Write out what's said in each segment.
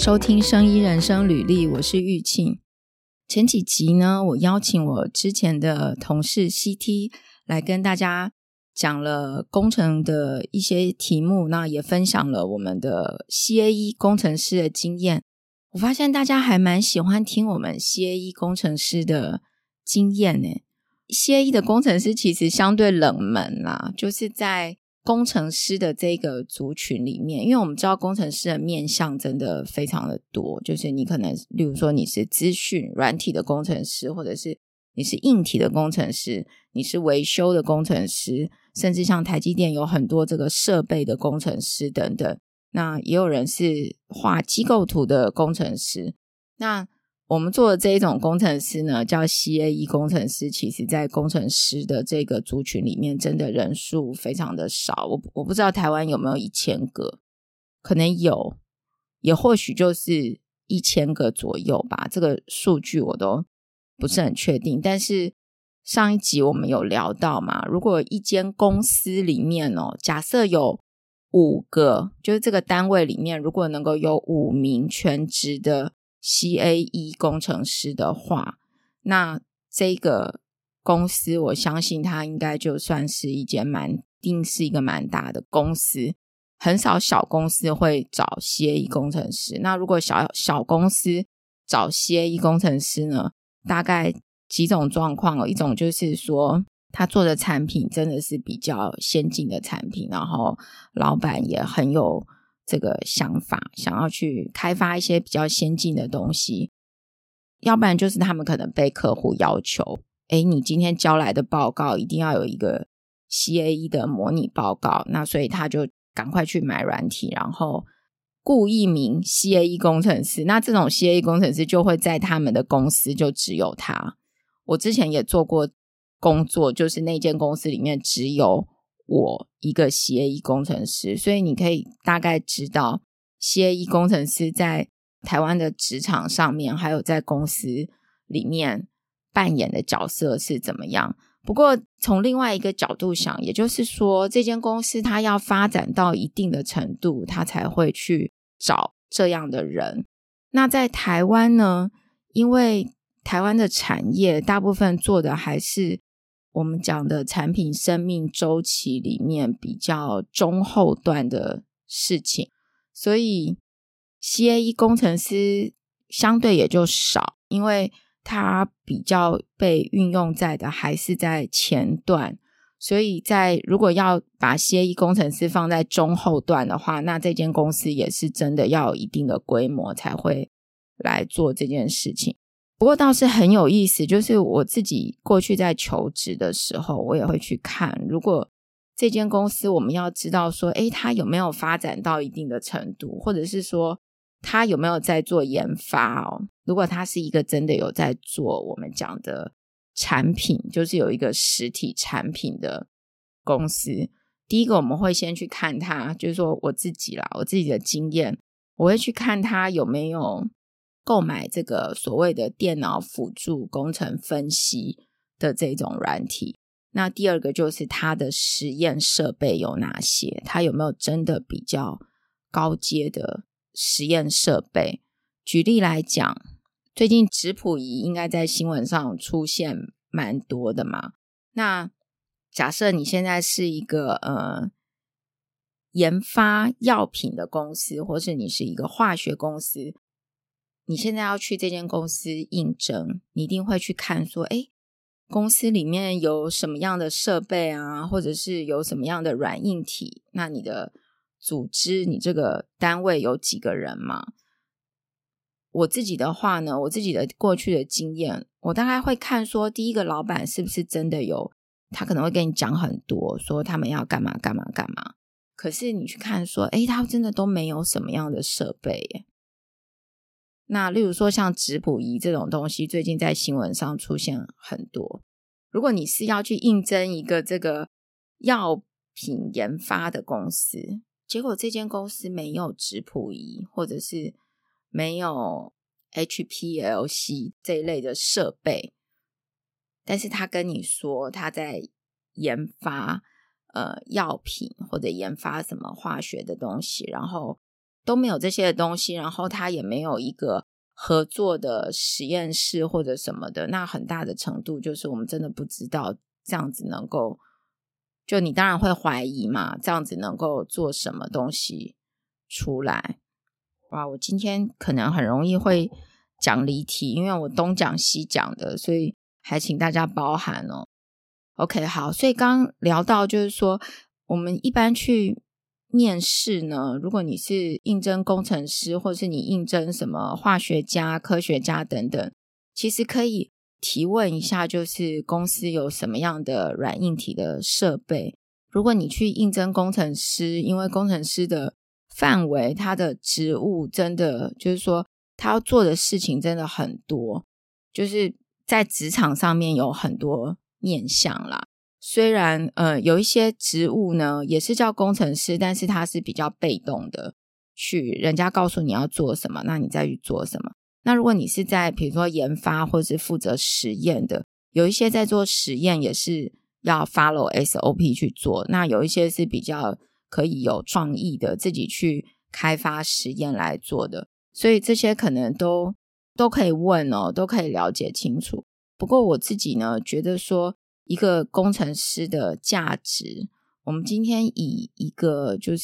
收听生医人生履历，我是玉庆。前几集呢，我邀请我之前的同事 CT 来跟大家讲了工程的一些题目，那也分享了我们的 CAE 工程师的经验。我发现大家还蛮喜欢听我们 CAE 工程师的经验耶。CAE 的工程师其实相对冷门啦，就是在工程师的这个族群里面，因为我们知道工程师的面向真的非常的多，就是你可能例如说你是资讯软体的工程师，或者是你是硬体的工程师，你是维修的工程师，甚至像台积电有很多这个设备的工程师等等，那也有人是画机构图的工程师。那我们做的这一种工程师呢，叫 CAE 工程师，其实在工程师的这个族群里面真的人数非常的少，我不知道台湾有没有1000个，可能有，也或许就是1000个左右吧，这个数据我都不是很确定。但是上一集我们有聊到嘛，如果一间公司里面假设有5个，就是这个单位里面如果能够有5名全职的CAE 工程师的话，那这个公司我相信它应该就算是一间定是一个蛮大的公司，很少小公司会找 CAE 工程师。那如果小公司找 CAE 工程师呢，大概几种状况一种就是说他做的产品真的是比较先进的产品，然后老板也很有这个想法，想要去开发一些比较先进的东西。要不然就是他们可能被客户要求，你今天交来的报告一定要有一个 CAE 的模拟报告，那所以他就赶快去买软体，然后雇一名 CAE 工程师，那这种 CAE 工程师就会在他们的公司就只有他。我之前也做过工作，就是那间公司里面只有我一个 CAE 工程师，所以你可以大概知道 CAE 工程师在台湾的职场上面还有在公司里面扮演的角色是怎么样。不过从另外一个角度想，也就是说这间公司它要发展到一定的程度，它才会去找这样的人。那在台湾呢，因为台湾的产业大部分做的还是我们讲的产品生命周期里面比较中后段的事情，所以 CAE 工程师相对也就少，因为它比较被运用在的还是在前段，所以如果要把 CAE 工程师放在中后段的话，那这间公司也是真的要有一定的规模才会来做这件事情。不过倒是很有意思，就是我自己过去在求职的时候，我也会去看，如果这间公司我们要知道说它有没有发展到一定的程度，或者是说它有没有在做研发如果它是一个真的有在做我们讲的产品，就是有一个实体产品的公司，第一个我们会先去看它，就是说我自己的经验，我会去看它有没有购买这个所谓的电脑辅助工程分析的这种软体。那第二个就是它的实验设备有哪些，它有没有真的比较高阶的实验设备。举例来讲，最近质谱仪应该在新闻上出现蛮多的嘛，那假设你现在是一个研发药品的公司，或是你是一个化学公司，你现在要去这间公司应征，你一定会去看说公司里面有什么样的设备啊，或者是有什么样的软硬体，那你的组织你这个单位有几个人嘛。我自己的话呢，我自己的过去的经验，我大概会看说第一个老板是不是真的有，他可能会跟你讲很多说他们要干嘛干嘛干嘛，可是你去看说他真的都没有什么样的设备耶。那例如说像质谱仪这种东西最近在新闻上出现很多，如果你是要去应征一个这个药品研发的公司，结果这间公司没有质谱仪，或者是没有 HPLC 这一类的设备，但是他跟你说他在研发药品或者研发什么化学的东西，然后都没有这些东西，然后他也没有一个合作的实验室或者什么的，那很大的程度就是我们真的不知道这样子能够，就你当然会怀疑嘛，这样子能够做什么东西出来。哇，我今天可能很容易会讲离题，因为我东讲西讲的，所以还请大家包涵哦。OK， 好，所以刚聊到就是说我们一般去面试呢，如果你是应征工程师，或是你应征什么化学家、科学家等等，其实可以提问一下，就是公司有什么样的软硬体的设备。如果你去应征工程师，因为工程师的范围，他的职务真的就是说他要做的事情真的很多，就是在职场上面有很多面向啦。虽然有一些职务呢也是叫工程师，但是它是比较被动的，去人家告诉你要做什么，那你再去做什么。那如果你是在比如说研发或是负责实验的，有一些在做实验也是要 follow SOP 去做，那有一些是比较可以有创意的，自己去开发实验来做的，所以这些可能都可以问哦，都可以了解清楚。不过我自己呢觉得说一个工程师的价值，我们今天以一个就是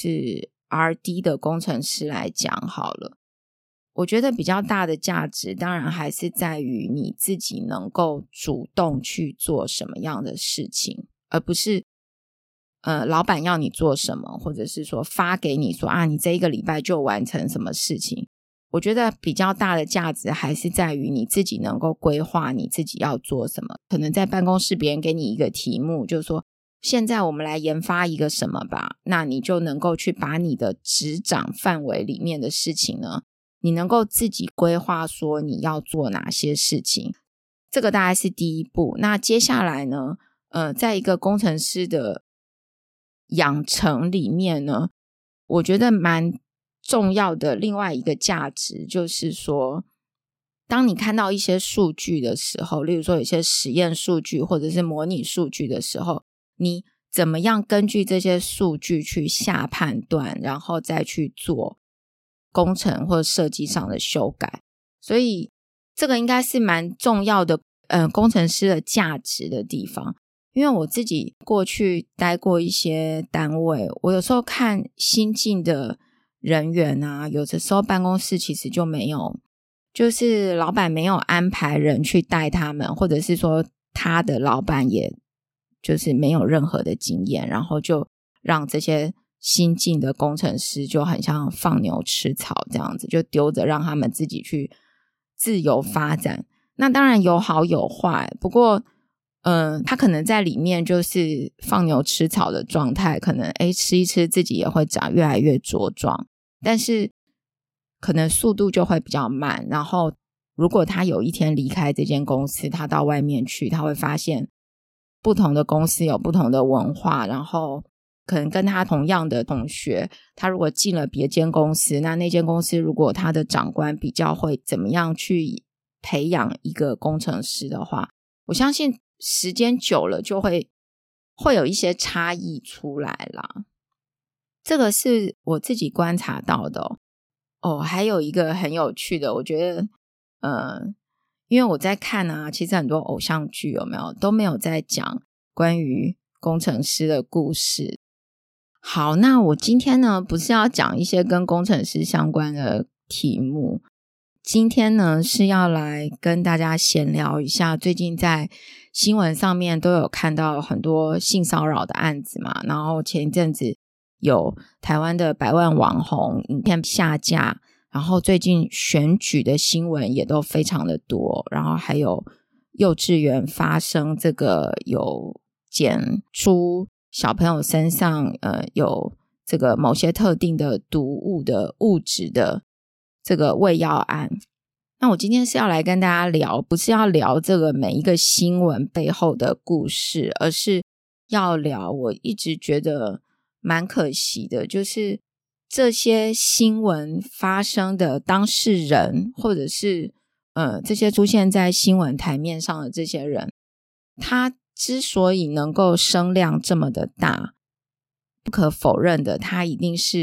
RD 的工程师来讲好了，我觉得比较大的价值当然还是在于你自己能够主动去做什么样的事情，而不是老板要你做什么，或者是说发给你说啊，你这一个礼拜就完成什么事情。我觉得比较大的价值还是在于你自己能够规划你自己要做什么。可能在办公室别人给你一个题目，就是说现在我们来研发一个什么吧，那你就能够去把你的职掌范围里面的事情呢，你能够自己规划说你要做哪些事情，这个大概是第一步。那接下来呢在一个工程师的养成里面呢，我觉得蛮重要的另外一个价值就是说，当你看到一些数据的时候，例如说有些实验数据或者是模拟数据的时候，你怎么样根据这些数据去下判断，然后再去做工程或者设计上的修改。所以这个应该是蛮重要的工程师的价值的地方。因为我自己过去待过一些单位，我有时候看新进的人员啊，有的时候办公室其实就没有，就是老板没有安排人去带他们，或者是说他的老板也就是没有任何的经验，然后就让这些新进的工程师就很像放牛吃草这样子，就丢着让他们自己去自由发展。那当然有好有坏，不过他可能在里面就是放牛吃草的状态，可能吃一吃自己也会长越来越茁壮，但是可能速度就会比较慢。然后如果他有一天离开这间公司，他到外面去，他会发现不同的公司有不同的文化，然后可能跟他同样的同学，他如果进了别间公司，那间公司如果他的长官比较会怎么样去培养一个工程师的话，我相信时间久了就会有一些差异出来啦。这个是我自己观察到的还有一个很有趣的，我觉得因为我在看啊，其实很多偶像剧有没有都没有在讲关于工程师的故事。好，那我今天呢不是要讲一些跟工程师相关的题目，今天呢是要来跟大家闲聊一下，最近在新闻上面都有看到很多性骚扰的案子嘛，然后前一阵子有台湾的百万网红影片下架，然后最近选举的新闻也都非常的多，然后还有幼稚园发生这个有检出小朋友身上有这个某些特定的毒物的物质的这个喂药案。那我今天是要来跟大家聊，不是要聊这个每一个新闻背后的故事，而是要聊我一直觉得蛮可惜的，就是这些新闻发生的当事人，或者是这些出现在新闻台面上的这些人，他之所以能够声量这么的大，不可否认的，他一定是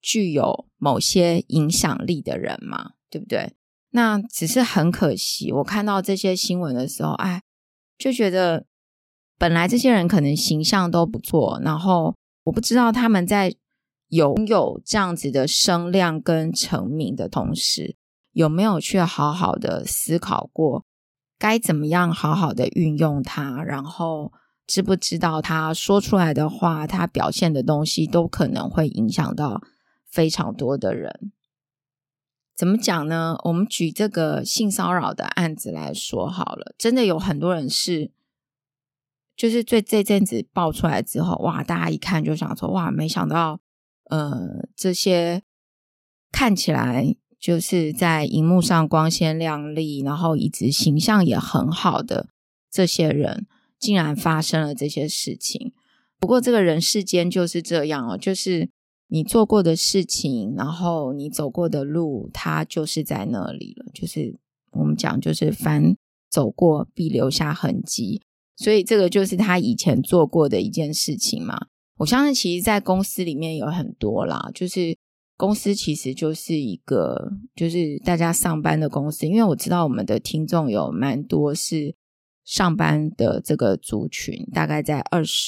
具有某些影响力的人嘛，对不对？那只是很可惜，我看到这些新闻的时候，就觉得本来这些人可能形象都不错，然后我不知道他们在拥有这样子的声量跟成名的同时，有没有去好好的思考过该怎么样好好的运用它，然后知不知道他说出来的话，他表现的东西都可能会影响到非常多的人。怎么讲呢？我们举这个性骚扰的案子来说好了，真的有很多人是就是这阵子爆出来之后，哇，大家一看就想说，哇，没想到这些看起来就是在荧幕上光鲜亮丽，然后一直形象也很好的这些人，竟然发生了这些事情。不过这个人世间就是这样哦，就是你做过的事情，然后你走过的路，它就是在那里了，就是我们讲就是凡走过必留下痕迹，所以这个就是他以前做过的一件事情嘛。我相信其实在公司里面有很多啦，就是公司其实就是一个就是大家上班的公司，因为我知道我们的听众有蛮多是上班的这个族群，大概在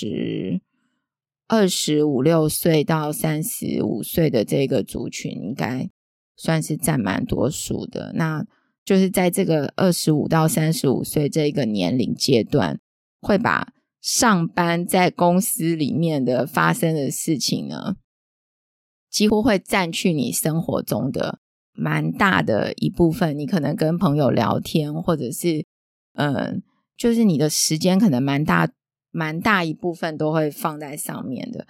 25、6岁到35岁的这个族群应该算是占蛮多数的。那就是在这个25到35岁这个年龄阶段，会把上班在公司里面的发生的事情呢，几乎会占据你生活中的蛮大的一部分。你可能跟朋友聊天，或者是就是你的时间可能蛮大一部分都会放在上面的。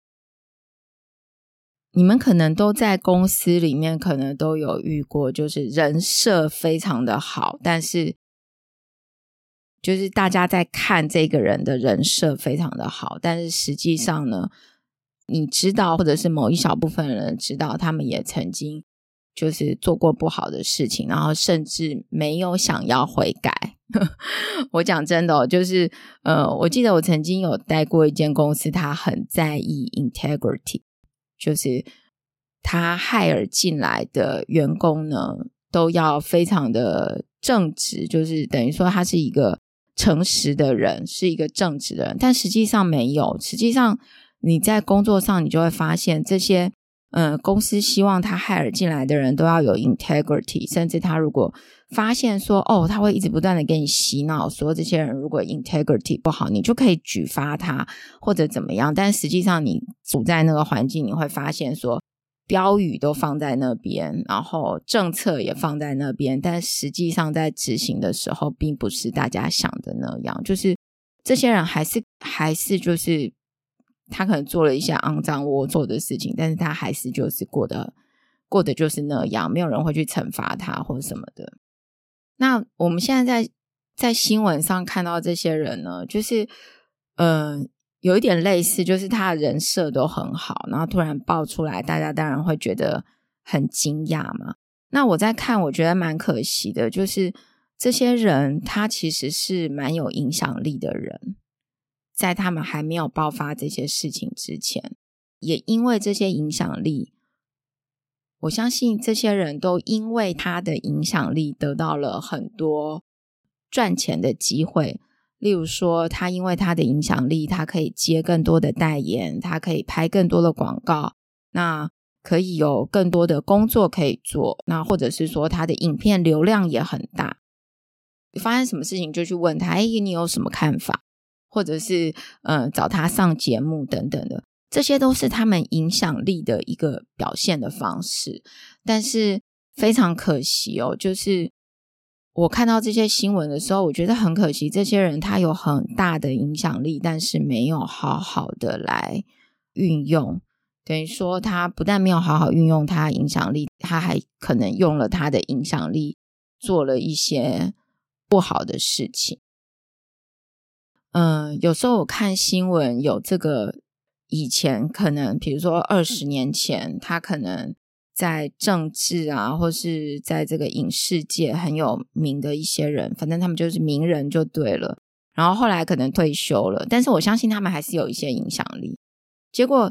你们可能都在公司里面可能都有遇过，就是人设非常的好，但是就是大家在看这个人的人设非常的好，但是实际上呢，你知道或者是某一小部分人知道他们也曾经就是做过不好的事情，然后甚至没有想要悔改。我讲真的就是我记得我曾经有待过一间公司，他很在意 integrity， 就是他hire进来的员工呢都要非常的正直，就是等于说他是一个诚实的人，是一个正直的人，但实际上没有。实际上你在工作上你就会发现这些公司希望他 hire 进来的人都要有 integrity， 甚至他如果发现说他会一直不断的给你洗脑说这些人如果 integrity 不好，你就可以举发他或者怎么样。但实际上你处在那个环境，你会发现说标语都放在那边，然后政策也放在那边，但实际上在执行的时候并不是大家想的那样。就是这些人还是就是他可能做了一些肮脏龌龊的事情，但是他还是就是过得就是那样，没有人会去惩罚他或者什么的。那我们现在在新闻上看到这些人呢，就是有一点类似，就是他的人设都很好，然后突然爆出来，大家当然会觉得很惊讶嘛。那我在看，我觉得蛮可惜的，就是这些人他其实是蛮有影响力的人，在他们还没有爆发这些事情之前，也因为这些影响力，我相信这些人都因为他的影响力得到了很多赚钱的机会。例如说他因为他的影响力，他可以接更多的代言，他可以拍更多的广告，那可以有更多的工作可以做，那或者是说他的影片流量也很大，发生什么事情就去问他你有什么看法，或者是找他上节目等等的，这些都是他们影响力的一个表现的方式。但是非常可惜就是我看到这些新闻的时候，我觉得很可惜，这些人他有很大的影响力，但是没有好好的来运用，等于说他不但没有好好运用他的影响力，他还可能用了他的影响力做了一些不好的事情。有时候我看新闻有这个以前可能比如说20年前他可能在政治啊或是在这个影视界很有名的一些人，反正他们就是名人就对了，然后后来可能退休了，但是我相信他们还是有一些影响力。结果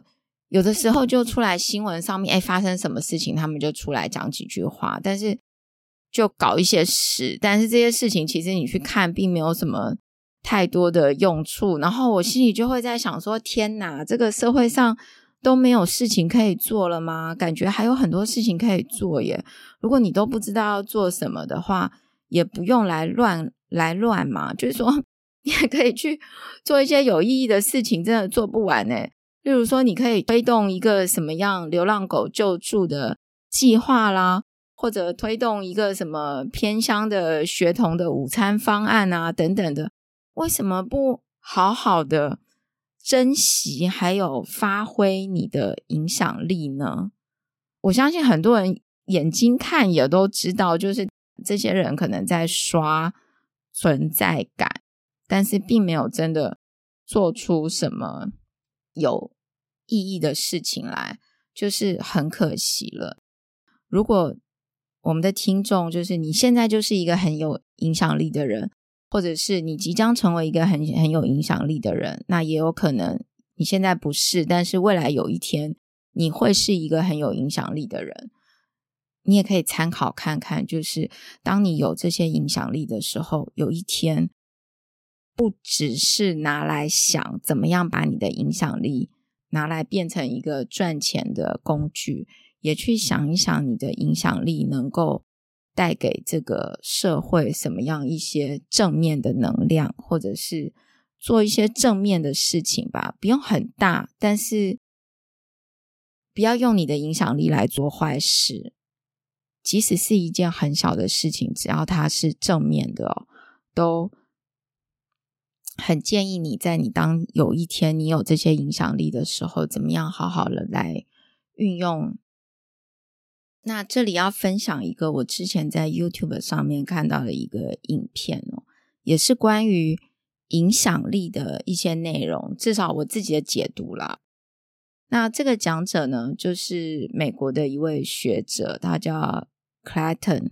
有的时候就出来新闻上面发生什么事情他们就出来讲几句话，但是就搞一些事，但是这些事情其实你去看并没有什么太多的用处，然后我心里就会在想说，天哪，这个社会上都没有事情可以做了吗？感觉还有很多事情可以做耶，如果你都不知道要做什么的话，也不用来乱嘛，就是说你也可以去做一些有意义的事情，真的做不完耶。例如说你可以推动一个什么样流浪狗救助的计划啦，或者推动一个什么偏乡的学童的午餐方案啊等等的，为什么不好好的珍惜还有发挥你的影响力呢？我相信很多人眼睛看也都知道，就是这些人可能在刷存在感，但是并没有真的做出什么有意义的事情来，就是很可惜了。如果我们的听众就是你现在就是一个很有影响力的人，或者是你即将成为一个很有影响力的人，那也有可能你现在不是，但是未来有一天你会是一个很有影响力的人。你也可以参考看看，就是当你有这些影响力的时候，有一天不只是拿来想怎么样把你的影响力拿来变成一个赚钱的工具，也去想一想你的影响力能够带给这个社会什么样一些正面的能量，或者是做一些正面的事情吧，不用很大，但是不要用你的影响力来做坏事，即使是一件很小的事情，只要它是正面的都很建议你在你当有一天你有这些影响力的时候，怎么样好好的来运用。那这里要分享一个我之前在 YouTube 上面看到的一个影片也是关于影响力的一些内容，至少我自己的解读啦。那这个讲者呢，就是美国的一位学者，他叫 Clayton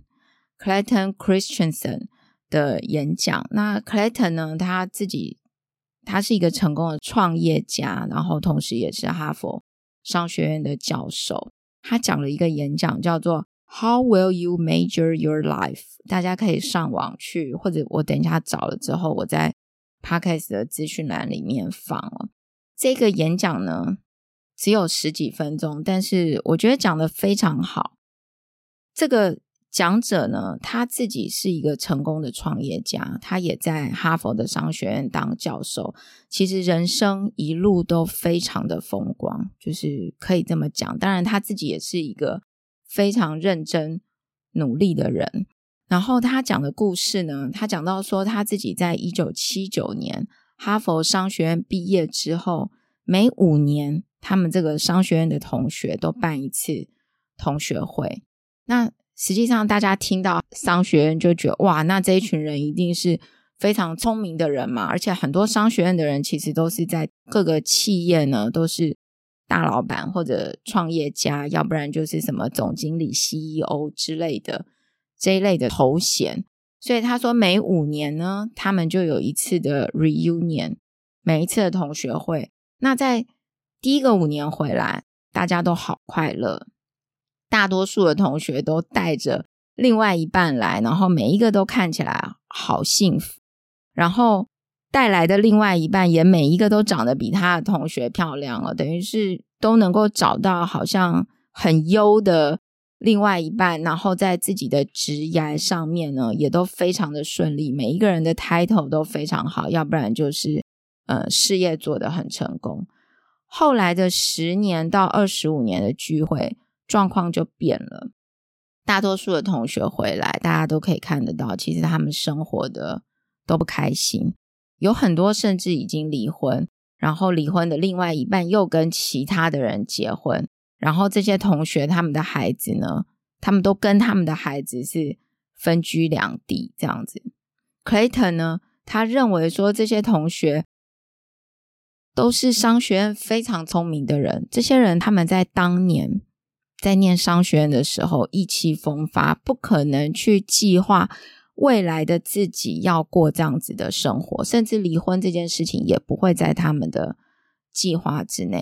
Christensen 的演讲。那 Clayton 呢，他是一个成功的创业家，然后同时也是哈佛商学院的教授。他讲了一个演讲叫做 How will you measure your life？ 大家可以上网去，或者我等一下找了之后我在 Podcast 的资讯栏里面放这个演讲呢只有10几分钟，但是我觉得讲得非常好。这个讲者呢，他自己是一个成功的创业家，他也在哈佛的商学院当教授，其实人生一路都非常的风光，就是可以这么讲。当然他自己也是一个非常认真努力的人。然后他讲的故事呢，他讲到说他自己在1979年哈佛商学院毕业之后，每5年他们这个商学院的同学都办一次同学会。那实际上大家听到商学院就觉得哇，那这一群人一定是非常聪明的人嘛，而且很多商学院的人其实都是在各个企业呢都是大老板或者创业家，要不然就是什么总经理 CEO 之类的这一类的头衔。所以他说每5年呢他们就有一次的 reunion， 每一次的同学会。那在第一个5年回来大家都好快乐，大多数的同学都带着另外一半来，然后每一个都看起来好幸福，然后带来的另外一半也每一个都长得比他的同学漂亮了，等于是都能够找到好像很优的另外一半，然后在自己的职涯上面呢也都非常的顺利，每一个人的 title 都非常好，要不然就是事业做得很成功。后来的10年到25年的聚会状况就变了，大多数的同学回来大家都可以看得到，其实他们生活的都不开心，有很多甚至已经离婚，然后离婚的另外一半又跟其他的人结婚，然后这些同学他们的孩子呢，他们都跟他们的孩子是分居两地这样子。 Clayton 呢，他认为说这些同学都是商学院非常聪明的人，这些人他们在当年在念商学院的时候意气风发，不可能去计划未来的自己要过这样子的生活，甚至离婚这件事情也不会在他们的计划之内。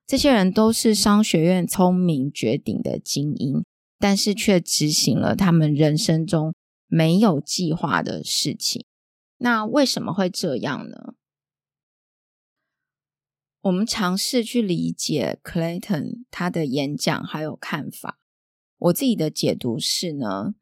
这些人都是商学院聪明绝顶的精英，但是却执行了他们人生中没有计划的事情。那为什么会这样呢？我们尝试去理解 Clayton 他的演讲还有看法。我自己的解读是呢，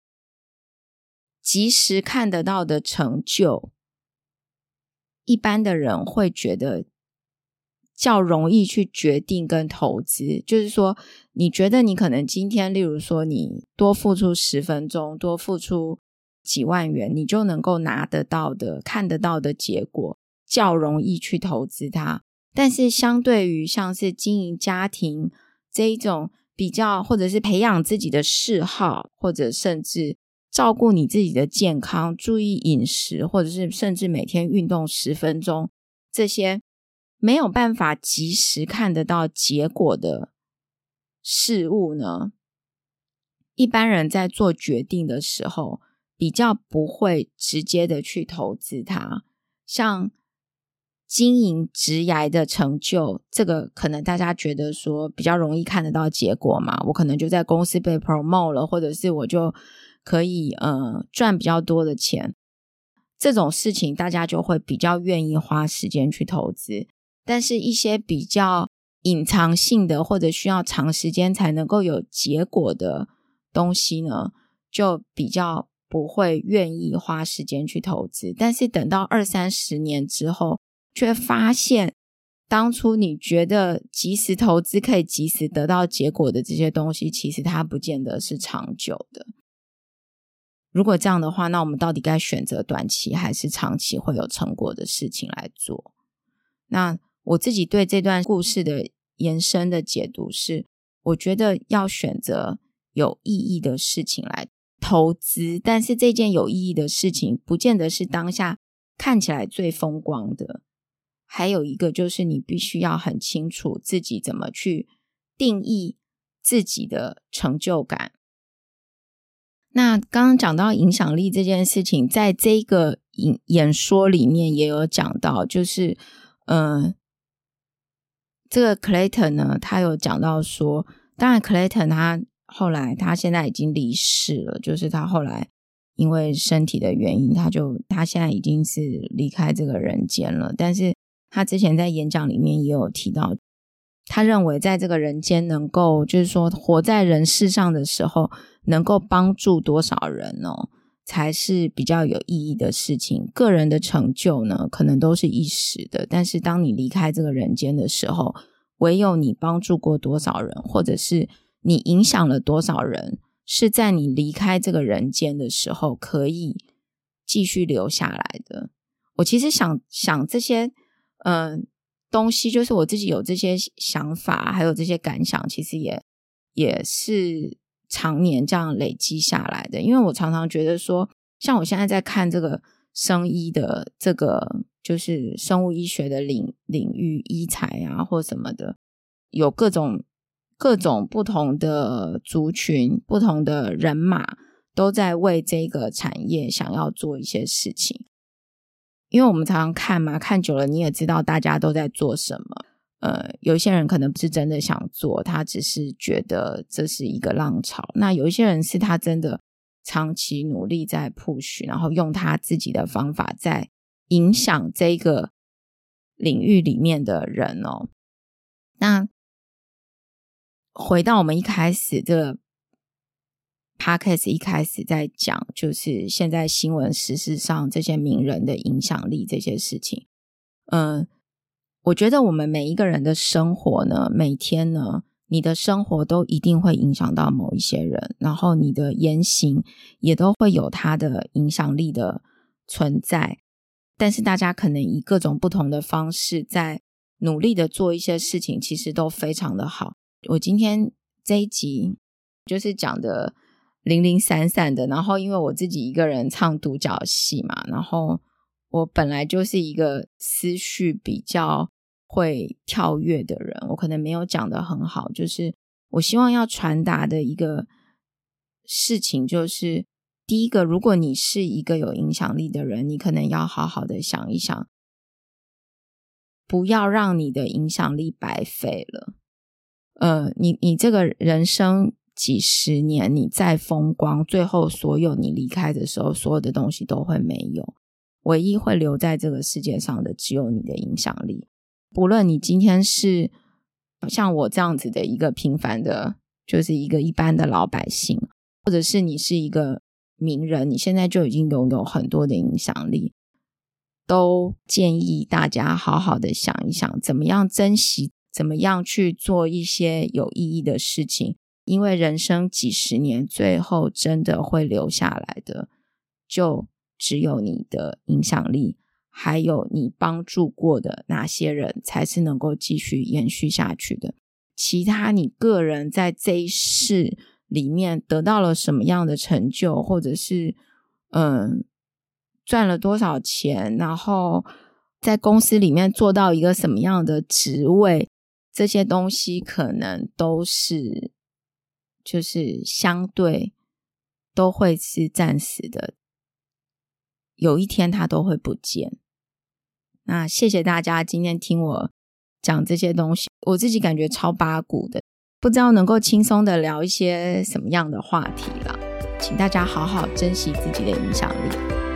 即时看得到的成就，一般的人会觉得较容易去决定跟投资。就是说，你觉得你可能今天例如说你多付出10分钟，多付出几万元，你就能够拿得到的看得到的结果，较容易去投资它。但是相对于像是经营家庭这一种比较，或者是培养自己的嗜好，或者甚至照顾你自己的健康，注意饮食，或者是甚至每天运动10分钟，这些没有办法及时看得到结果的事物呢，一般人在做决定的时候比较不会直接的去投资它。像经营职涯的成就，这个可能大家觉得说比较容易看得到结果嘛，我可能就在公司被 promote 了，或者是我就可以赚比较多的钱，这种事情大家就会比较愿意花时间去投资。但是一些比较隐藏性的，或者需要长时间才能够有结果的东西呢，就比较不会愿意花时间去投资。但是等到20-30年之后，却发现当初你觉得及时投资可以及时得到结果的这些东西，其实它不见得是长久的。如果这样的话，那我们到底该选择短期还是长期会有成果的事情来做？那我自己对这段故事的延伸的解读是，我觉得要选择有意义的事情来投资，但是这件有意义的事情不见得是当下看起来最风光的。还有一个就是你必须要很清楚自己怎么去定义自己的成就感。那刚刚讲到影响力这件事情，在这个演说里面也有讲到，就是这个 Clayton 呢，他有讲到说，当然 Clayton 他现在已经离世了，就是他后来因为身体的原因，他现在已经是离开这个人间了。但是他之前在演讲里面也有提到，他认为在这个人间能够，就是说活在人世上的时候，能够帮助多少人哦，才是比较有意义的事情。个人的成就呢，可能都是一时的，但是当你离开这个人间的时候，唯有你帮助过多少人，或者是你影响了多少人，是在你离开这个人间的时候可以继续留下来的。我其实想这些东西，就是我自己有这些想法还有这些感想，其实也是常年这样累积下来的。因为我常常觉得说，像我现在在看这个生医的这个就是生物医学的领域，医材啊或什么的，有各种不同的族群，不同的人马都在为这个产业想要做一些事情。因为我们常常看嘛，看久了你也知道大家都在做什么。有一些人可能不是真的想做，他只是觉得这是一个浪潮。那有一些人是他真的长期努力在 push， 然后用他自己的方法在影响这个领域里面的人哦。那回到我们一开始这个 podcast 一开始在讲，就是现在新闻时事上这些名人的影响力这些事情。我觉得我们每一个人的生活呢，每天呢，你的生活都一定会影响到某一些人，然后你的言行也都会有它的影响力的存在。但是大家可能以各种不同的方式在努力的做一些事情，其实都非常的好。我今天这一集就是讲的零零散散的，然后因为我自己一个人唱独角戏嘛，然后我本来就是一个思绪比较会跳跃的人，我可能没有讲得很好。就是我希望要传达的一个事情就是，第一个，如果你是一个有影响力的人，你可能要好好的想一想， 不要让你的影响力白费了。你这个人生几十年，你再风光，最后所有你离开的时候，所有的东西都会没有，唯一会留在这个世界上的只有你的影响力。不论你今天是像我这样子的一个平凡的，就是一个一般的老百姓，或者是你是一个名人，你现在就已经拥有很多的影响力，都建议大家好好的想一想，怎么样珍惜，怎么样去做一些有意义的事情。因为人生几十年，最后真的会留下来的就只有你的影响力，还有你帮助过的哪些人才是能够继续延续下去的。其他你个人在这一世里面得到了什么样的成就，或者是赚了多少钱，然后在公司里面做到一个什么样的职位，这些东西可能都是就是相对都会是暂时的，有一天它都会不见。那谢谢大家今天听我讲这些东西，我自己感觉超八股的，不知道能够轻松的聊一些什么样的话题啦。请大家好好珍惜自己的影响力。